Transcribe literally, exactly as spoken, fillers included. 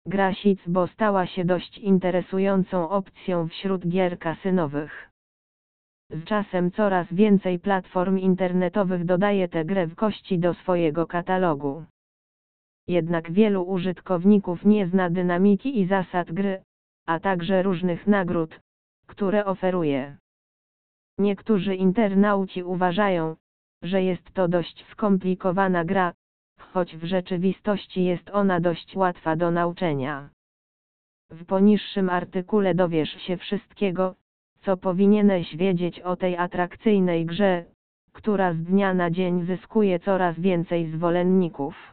Gra Sicbo stała się dość interesującą opcją wśród gier kasynowych. Z czasem coraz więcej platform internetowych dodaje tę grę w kości do swojego katalogu. Jednak wielu użytkowników nie zna dynamiki i zasad gry, a także różnych nagród, które oferuje. Niektórzy internauci uważają, że jest to dość skomplikowana gra, choć w rzeczywistości jest ona dość łatwa do nauczenia. W poniższym artykule dowiesz się wszystkiego, co powinieneś wiedzieć o tej atrakcyjnej grze, która z dnia na dzień zyskuje coraz więcej zwolenników.